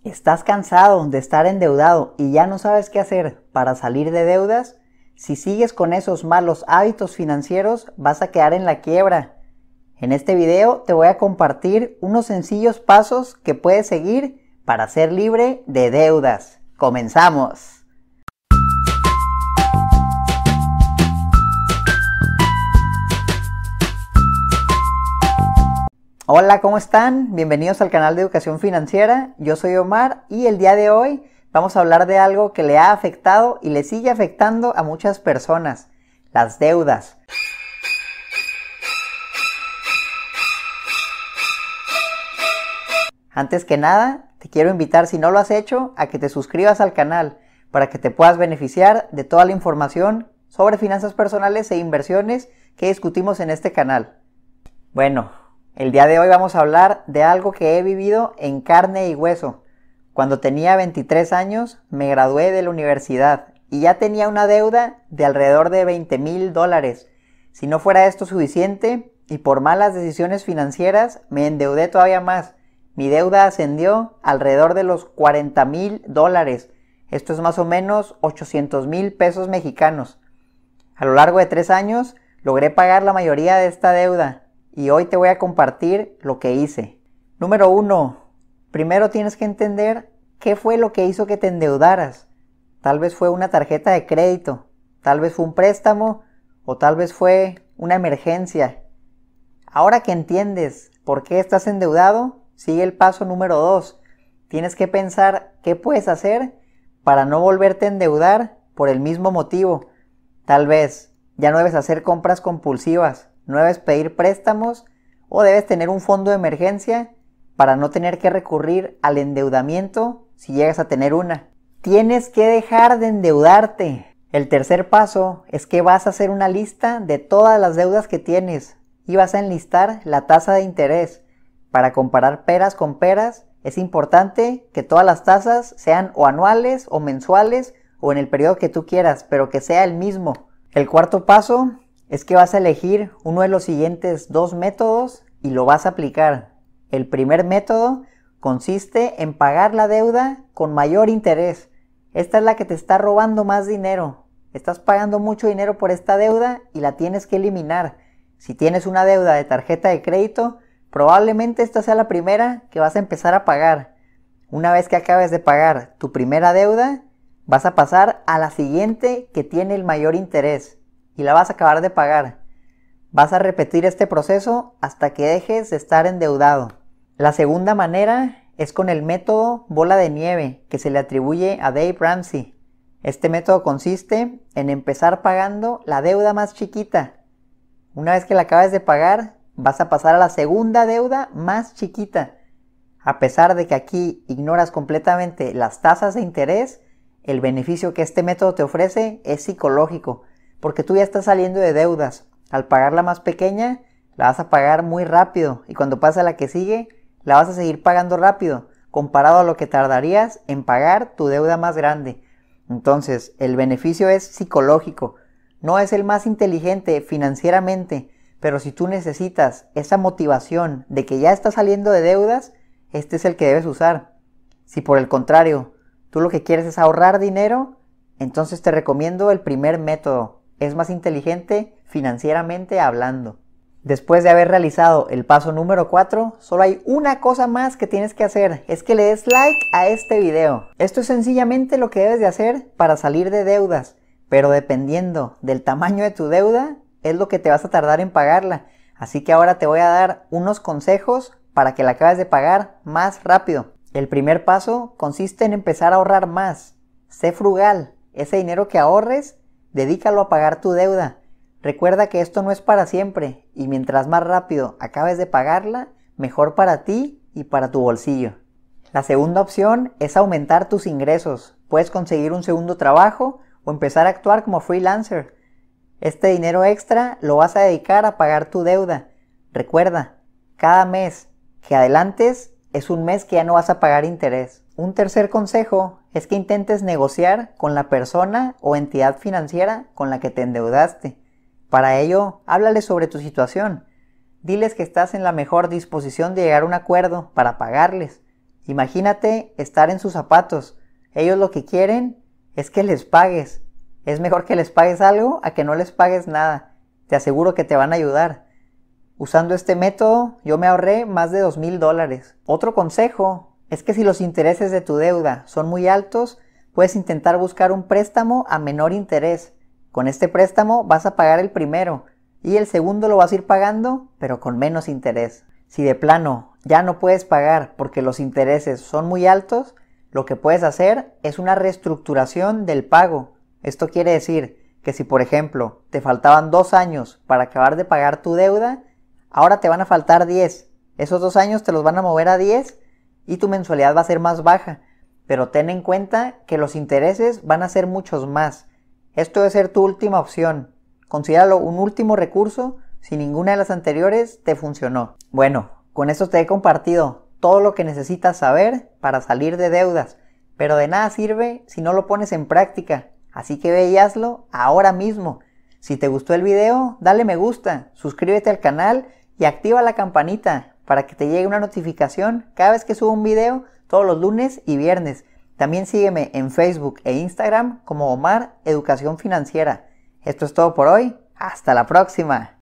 ¿Estás cansado de estar endeudado y ya no sabes qué hacer para salir de deudas? Si sigues con esos malos hábitos financieros, vas a quedar en la quiebra. En este video te voy a compartir unos sencillos pasos que puedes seguir para ser libre de deudas. ¡Comenzamos! Hola, ¿cómo están? Bienvenidos al canal de Educación Financiera. Yo soy Omar y el día de hoy vamos a hablar de algo que le ha afectado y le sigue afectando a muchas personas: las deudas. Antes que nada, te quiero invitar, si no lo has hecho, a que te suscribas al canal para que te puedas beneficiar de toda la información sobre finanzas personales e inversiones que discutimos en este canal. Bueno, el día de hoy vamos a hablar de algo que he vivido en carne y hueso. Cuando tenía 23 años me gradué de la universidad y ya tenía una deuda de alrededor de $20,000. Si no fuera esto suficiente, y por malas decisiones financieras me endeudé todavía más. Mi deuda ascendió alrededor de los $40,000. Esto es más o menos 800,000 pesos mexicanos. A lo largo de 3 años logré pagar la mayoría de esta deuda. Y hoy te voy a compartir lo que hice. Número 1. Primero tienes que entender qué fue lo que hizo que te endeudaras. Tal vez fue una tarjeta de crédito, tal vez fue un préstamo o tal vez fue una emergencia. Ahora que entiendes por qué estás endeudado, sigue el paso número 2. Tienes que pensar qué puedes hacer para no volverte a endeudar por el mismo motivo. Tal vez ya no debes hacer compras compulsivas. No debes pedir préstamos o debes tener un fondo de emergencia para no tener que recurrir al endeudamiento si llegas a tener una. Tienes que dejar de endeudarte. El tercer paso es que vas a hacer una lista de todas las deudas que tienes y vas a enlistar la tasa de interés. Para comparar peras con peras, es importante que todas las tasas sean o anuales o mensuales o en el periodo que tú quieras, pero que sea el mismo. El cuarto paso es que vas a elegir uno de los siguientes 2 métodos y lo vas a aplicar. El primer método consiste en pagar la deuda con mayor interés. Esta es la que te está robando más dinero. Estás pagando mucho dinero por esta deuda y la tienes que eliminar. Si tienes una deuda de tarjeta de crédito, probablemente esta sea la primera que vas a empezar a pagar. Una vez que acabes de pagar tu primera deuda, vas a pasar a la siguiente que tiene el mayor interés. Y la vas a acabar de pagar. Vas a repetir este proceso hasta que dejes de estar endeudado. La segunda manera es con el método bola de nieve que se le atribuye a Dave Ramsey. Este método consiste en empezar pagando la deuda más chiquita. Una vez que la acabes de pagar, vas a pasar a la segunda deuda más chiquita. A pesar de que aquí ignoras completamente las tasas de interés, el beneficio que este método te ofrece es psicológico. Porque tú ya estás saliendo de deudas. Al pagar la más pequeña, la vas a pagar muy rápido. Y cuando pasa la que sigue, la vas a seguir pagando rápido, comparado a lo que tardarías en pagar tu deuda más grande. Entonces, el beneficio es psicológico. No es el más inteligente financieramente, pero si tú necesitas esa motivación de que ya estás saliendo de deudas, este es el que debes usar. Si por el contrario, tú lo que quieres es ahorrar dinero, entonces te recomiendo el primer método. Es más inteligente financieramente hablando. Después de haber realizado el paso número 4, solo hay una cosa más que tienes que hacer. Es que le des like a este video. Esto es sencillamente lo que debes de hacer para salir de deudas. Pero dependiendo del tamaño de tu deuda, es lo que te vas a tardar en pagarla. Así que ahora te voy a dar unos consejos para que la acabes de pagar más rápido. El primer paso consiste en empezar a ahorrar más. Sé frugal. Ese dinero que ahorres, dedícalo a pagar tu deuda. Recuerda que esto no es para siempre y mientras más rápido acabes de pagarla, mejor para ti y para tu bolsillo. La segunda opción es aumentar tus ingresos. Puedes conseguir un segundo trabajo o empezar a actuar como freelancer. Este dinero extra lo vas a dedicar a pagar tu deuda. Recuerda, cada mes que adelantes es un mes que ya no vas a pagar interés. Un tercer consejo es que intentes negociar con la persona o entidad financiera con la que te endeudaste. Para ello, háblales sobre tu situación. Diles que estás en la mejor disposición de llegar a un acuerdo para pagarles. Imagínate estar en sus zapatos. Ellos lo que quieren es que les pagues. Es mejor que les pagues algo a que no les pagues nada. Te aseguro que te van a ayudar. Usando este método, yo me ahorré más de $2,000. Otro consejo es que si los intereses de tu deuda son muy altos, puedes intentar buscar un préstamo a menor interés. Con este préstamo vas a pagar el primero y el segundo lo vas a ir pagando, pero con menos interés. Si de plano ya no puedes pagar porque los intereses son muy altos, lo que puedes hacer es una reestructuración del pago. Esto quiere decir que si, por ejemplo, te faltaban 2 años para acabar de pagar tu deuda, ahora te van a faltar 10. Esos 2 años te los van a mover a 10 y tu mensualidad va a ser más baja. Pero ten en cuenta que los intereses van a ser muchos más. Esto debe ser tu última opción. Considéralo un último recurso si ninguna de las anteriores te funcionó. Bueno, con esto te he compartido todo lo que necesitas saber para salir de deudas, pero de nada sirve si no lo pones en práctica. Así que ve y hazlo ahora mismo. Si te gustó el video, dale me gusta, suscríbete al canal y activa la campanita para que te llegue una notificación cada vez que subo un video todos los lunes y viernes. También sígueme en Facebook e Instagram como Omar Educación Financiera. Esto es todo por hoy. Hasta la próxima.